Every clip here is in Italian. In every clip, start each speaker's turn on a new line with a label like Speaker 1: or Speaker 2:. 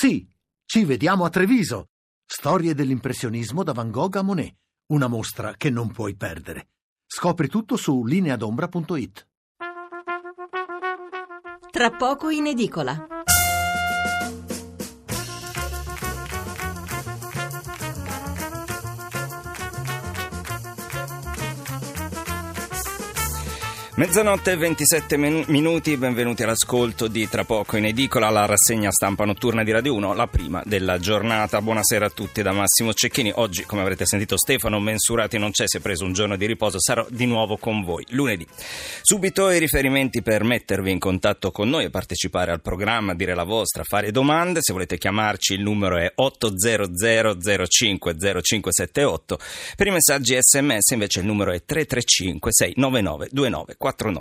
Speaker 1: Sì, ci vediamo a Treviso. Storie dell'impressionismo da Van Gogh a Monet. Una mostra che non puoi perdere. Scopri tutto su lineadombra.it.
Speaker 2: Tra poco in edicola.
Speaker 3: Mezzanotte e 27 minuti, benvenuti all'ascolto di Tra poco in edicola, la rassegna stampa notturna di Radio 1, la prima della giornata. Buonasera a tutti da Massimo Cecchini. Oggi, come avrete sentito, Stefano Mensurati non c'è, si è preso un giorno di riposo, sarò di nuovo con voi lunedì. Subito i riferimenti per mettervi in contatto con noi e partecipare al programma, dire la vostra, fare domande. Se volete chiamarci il numero è 800 05 0578, per i messaggi SMS invece il numero è 335 699 2949.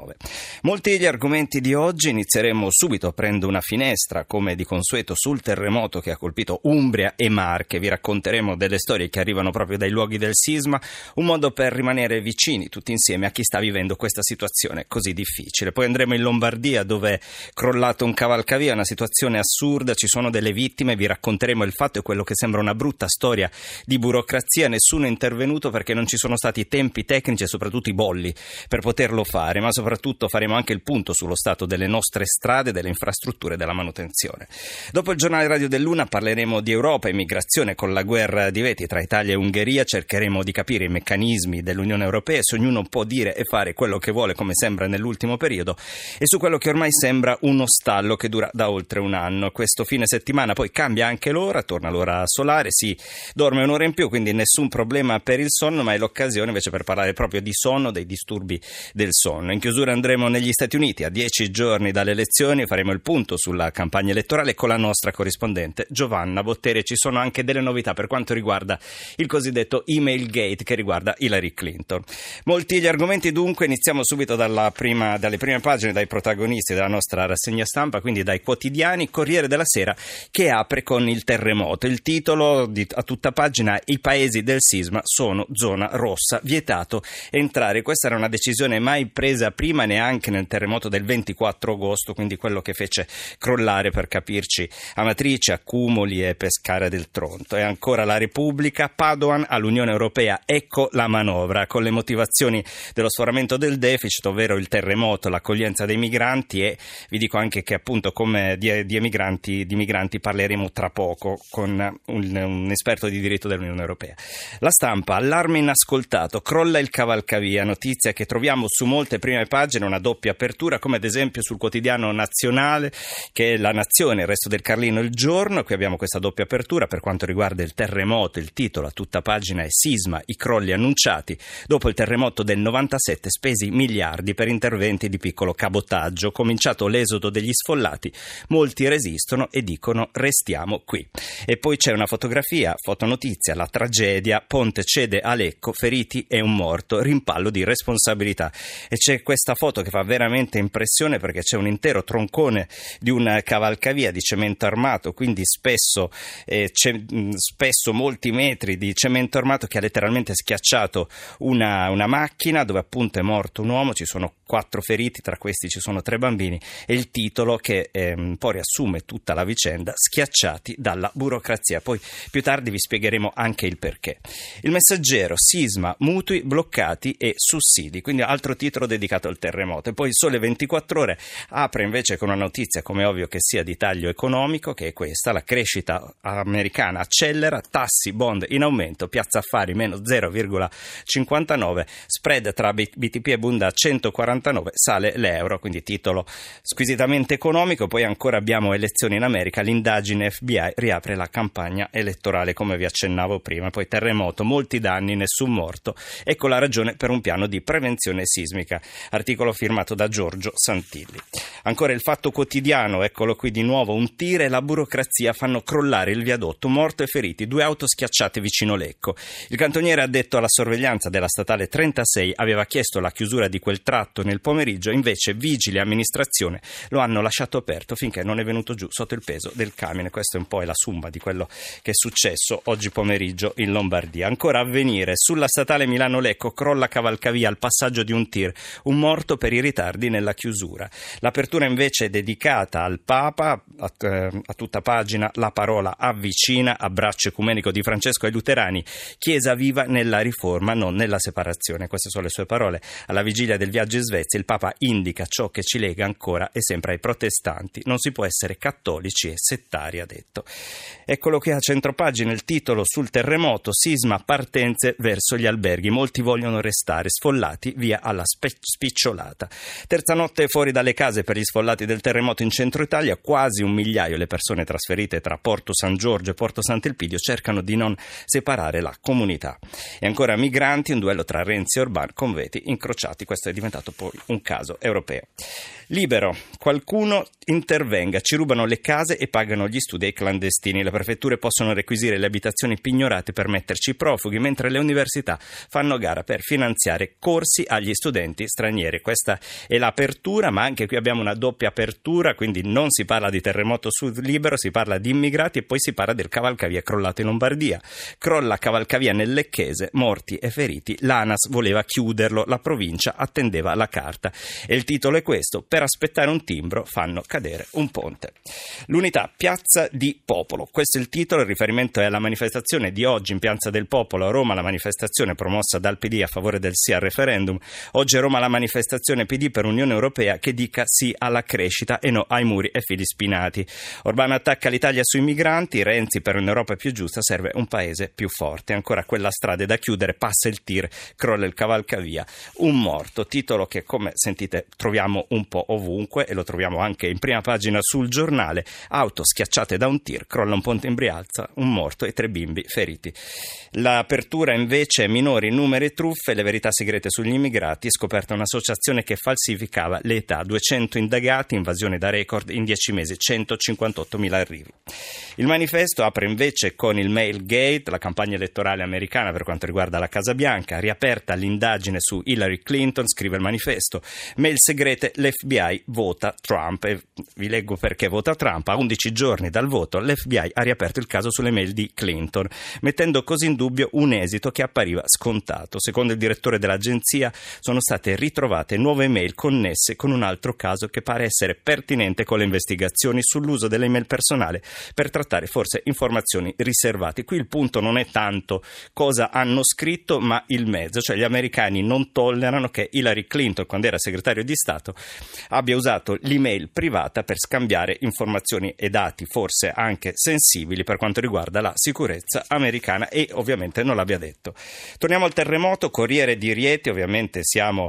Speaker 3: Molti gli argomenti di oggi. Inizieremo subito aprendo una finestra, come di consueto, sul terremoto che ha colpito Umbria e Marche. Vi racconteremo delle storie che arrivano proprio dai luoghi del sisma, un modo per rimanere vicini tutti insieme a chi sta vivendo questa situazione così difficile. Poi andremo in Lombardia, dove è crollato un cavalcavia, una situazione assurda, ci sono delle vittime, vi racconteremo il fatto e quello che sembra una brutta storia di burocrazia. Nessuno è intervenuto perché non ci sono stati i tempi tecnici e soprattutto i bolli per poterlo fare, ma soprattutto faremo anche il punto sullo stato delle nostre strade, delle infrastrutture e della manutenzione. Dopo il giornale radio dell'Una parleremo di Europa e migrazione. Con la guerra di veti tra Italia e Ungheria cercheremo di capire i meccanismi dell'Unione Europea, se ognuno può dire e fare quello che vuole, come sembra nell'ultimo periodo, e su quello che ormai sembra uno stallo che dura da oltre un anno. Questo fine settimana poi cambia anche l'ora, torna l'ora solare, si dorme un'ora in più, quindi nessun problema per il sonno, ma è l'occasione invece per parlare proprio di sonno, dei disturbi del sonno. In chiusura andremo negli Stati Uniti. A 10 giorni dalle elezioni faremo il punto sulla campagna elettorale con la nostra corrispondente Giovanna Botteri. Ci sono anche delle novità per quanto riguarda il cosiddetto email gate che riguarda Hillary Clinton. Molti gli argomenti dunque. Iniziamo subito dalle prime pagine, dai protagonisti della nostra rassegna stampa, quindi dai quotidiani. Corriere della Sera che apre con il terremoto. Il titolo a tutta pagina: i paesi del sisma sono zona rossa, vietato entrare. Questa era una decisione mai presa prima, neanche nel terremoto del 24 agosto, quindi quello che fece crollare, per capirci, Amatrice, Accumoli e Pescara del Tronto. E ancora La Repubblica: Padoan all'Unione Europea, ecco la manovra, con le motivazioni dello sforamento del deficit, ovvero il terremoto, l'accoglienza dei migranti. E vi dico anche che appunto come di migranti parleremo tra poco con un esperto di diritto dell'Unione Europea. La Stampa: allarme inascoltato, crolla il cavalcavia, notizia che troviamo su molte prime pagine, una doppia apertura, come ad esempio sul quotidiano nazionale che è La Nazione, il Resto del Carlino, Il Giorno. Qui abbiamo questa doppia apertura per quanto riguarda il terremoto. Il titolo a tutta pagina è: sisma, i crolli annunciati, dopo il terremoto del 97 spesi miliardi per interventi di piccolo cabotaggio, cominciato l'esodo degli sfollati, molti resistono e dicono restiamo qui. E poi c'è una fotografia, fotonotizia: la tragedia, ponte cede a Lecco, feriti e un morto, rimpallo di responsabilità. E c'è questa foto che fa veramente impressione, perché c'è un intero troncone di un cavalcavia di cemento armato, quindi spesso molti metri di cemento armato, che ha letteralmente schiacciato una macchina dove appunto è morto un uomo, ci sono 4 feriti, tra questi ci sono 3 bambini, e il titolo che poi riassume tutta la vicenda: schiacciati dalla burocrazia. Poi più tardi vi spiegheremo anche il perché. Il Messaggero: sisma, mutui bloccati e sussidi, quindi altro titolo dedicato al terremoto. E poi il Sole 24 Ore apre invece con una notizia, come ovvio che sia, di taglio economico, che è questa: la crescita americana accelera, tassi bond in aumento, Piazza Affari meno 0,59, spread tra BTP e Bund a 149, sale l'euro, quindi titolo squisitamente economico. Poi ancora abbiamo elezioni in America, l'indagine FBI riapre la campagna elettorale, come vi accennavo prima. Poi terremoto, molti danni, nessun morto, ecco la ragione per un piano di prevenzione sismica, articolo firmato da Giorgio Santilli. Ancora Il Fatto Quotidiano, eccolo qui di nuovo: un tir e la burocrazia fanno crollare il viadotto, morto e feriti, 2 auto schiacciate vicino Lecco. Il cantoniere addetto alla sorveglianza della statale 36 aveva chiesto la chiusura di quel tratto nel pomeriggio, invece vigili e amministrazione lo hanno lasciato aperto finché non è venuto giù sotto il peso del camion. Questo è un po' la somma di quello che è successo oggi pomeriggio in Lombardia. Ancora a venire, sulla statale Milano-Lecco crolla cavalcavia al passaggio di un tir, un morto per i ritardi nella chiusura. L'apertura invece è dedicata al Papa, a tutta pagina la parola avvicina, abbraccio ecumenico di Francesco ai luterani, Chiesa viva nella riforma, non nella separazione. Queste sono le sue parole. Alla vigilia del viaggio in Svezia il Papa indica ciò che ci lega ancora e sempre ai protestanti: non si può essere cattolici e settari, ha detto. Eccolo qui a centropagina il titolo sul terremoto: sisma, partenze verso gli alberghi, molti vogliono restare, sfollati via alla spicciolata. Terza notte fuori dalle case per gli sfollati del terremoto in centro Italia, quasi 1 migliaio le persone trasferite tra Porto San Giorgio e Porto Sant'Elpidio cercano di non separare la comunità. E ancora migranti, un duello tra Renzi e Orban con veti incrociati. Questo è diventato poi un caso europeo. Libero, qualcuno intervenga, ci rubano le case e pagano gli studi ai clandestini. Le prefetture possono requisire le abitazioni pignorate per metterci i profughi, mentre le università fanno gara per finanziare corsi agli studenti stranieri. Questa è l'apertura, ma anche qui abbiamo una doppia apertura, quindi non si parla di terremoto sul Libero, si parla di immigrati e poi si parla del cavalcavia crollato in Lombardia. Crolla cavalcavia nel Lecchese, morti e feriti, l'ANAS voleva chiuderlo, la provincia attendeva la carta. E il titolo è questo: per aspettare un timbro fanno cadere un ponte. L'Unità, Piazza di Popolo, questo è il titolo. Il riferimento è alla manifestazione di oggi in Piazza del Popolo a Roma, la manifestazione promossa dal PD a favore del sì al referendum. Oggi a Roma la manifestazione PD per Unione Europea che dica sì alla crescita e no ai muri e fili spinati. Orban attacca l'Italia sui migranti, Renzi per un'Europa più giusta serve un paese più forte. Ancora quella strada è da chiudere, passa il tir, crolla il cavalcavia, un morto. Titolo che, come sentite, troviamo un po' ovunque e lo troviamo anche in prima pagina sul Giornale. Auto schiacciate da un tir, crolla un ponte in Brianza, un morto e 3 bimbi feriti. L'apertura invece: minori, numeri e truffe, le verità segrete sugli immigrati, scoperta un'associazione che falsificava le età, 200 indagati, invasione da record in 10 mesi, 158.000 arrivi. Il Manifesto apre invece con il Mail Gate, la campagna elettorale americana per quanto riguarda la Casa Bianca, riaperta l'indagine su Hillary Clinton, scrive il Manifesto, mail segrete, l'FBI vota Trump. E vi leggo perché vota Trump. A 11 giorni dal voto l'FBI ha riaperto il caso sulle mail di Clinton, mettendo così in dubbio un esito che appariva scontato. Secondo il direttore dell'agenzia sono state ritrovate nuove mail connesse con un altro caso che pare essere pertinente con le investigazioni sull'uso delle mail personali per trattare forse informazioni riservate. Qui il punto non è tanto cosa hanno scritto ma il mezzo, cioè gli americani non tollerano che Hillary Clinton, quando era segretario di Stato, abbia usato l'email privata per scambiare informazioni e dati forse anche sensibili per quanto riguarda la sicurezza americana, e ovviamente non l'abbia detto. Torniamo al terremoto, Corriere di Rieti, ovviamente siamo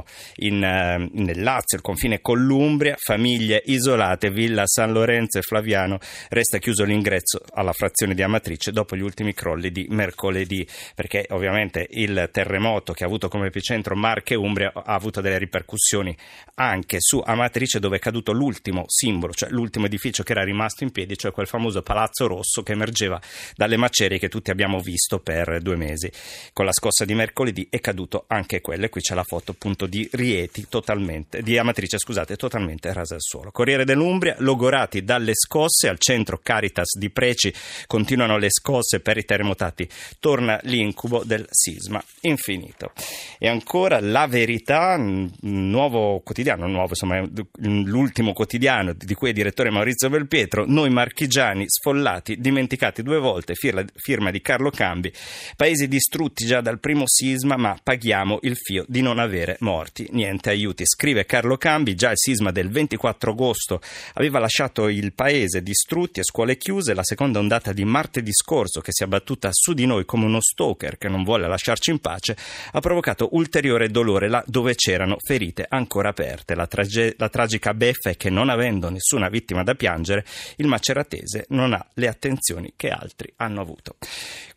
Speaker 3: nel Lazio, il confine con l'Umbria, famiglie isolate, Villa San Lorenzo e Flaviano, resta chiuso l'ingresso alla frazione di Amatrice dopo gli ultimi crolli di mercoledì, perché ovviamente il terremoto che ha avuto come epicentro Marche e Umbria ha avuto delle ripercussioni anche su Amatrice, dove è caduto l'ultimo simbolo, cioè l'ultimo edificio che era rimasto in piedi, cioè quel famoso Palazzo Rosso che emergeva dalle macerie che tutti abbiamo visto per 2 mesi. Con la scossa di mercoledì è caduto anche quello, e qui c'è la foto appunto di Rieti, di Amatrice, totalmente rasa al suolo. Corriere dell'Umbria, logorati dalle scosse, al centro Caritas di Preci, continuano le scosse per i terremotati, torna l'incubo del sisma infinito. E ancora La Verità, nuovo quotidiano, l'ultimo quotidiano di cui è direttore Maurizio Belpietro, noi marchigiani sfollati, dimenticati 2 volte, firma di Carlo Cambi, paesi distrutti già dal primo sisma ma paghiamo il fio di non avere morti, niente aiuti, scrive Carlo Cambi. Già il sisma del 24 agosto aveva lasciato il paese distrutti e scuole chiuse, la seconda ondata di martedì scorso, che si è abbattuta su di noi come uno stalker che non vuole lasciarci in pace, ha provocato ulteriore dolore là dove c'erano ferite ancora aperte. La tragica beffa è che, non avendo nessuna vittima da piangere, il maceratese non ha le attenzioni che altri hanno avuto.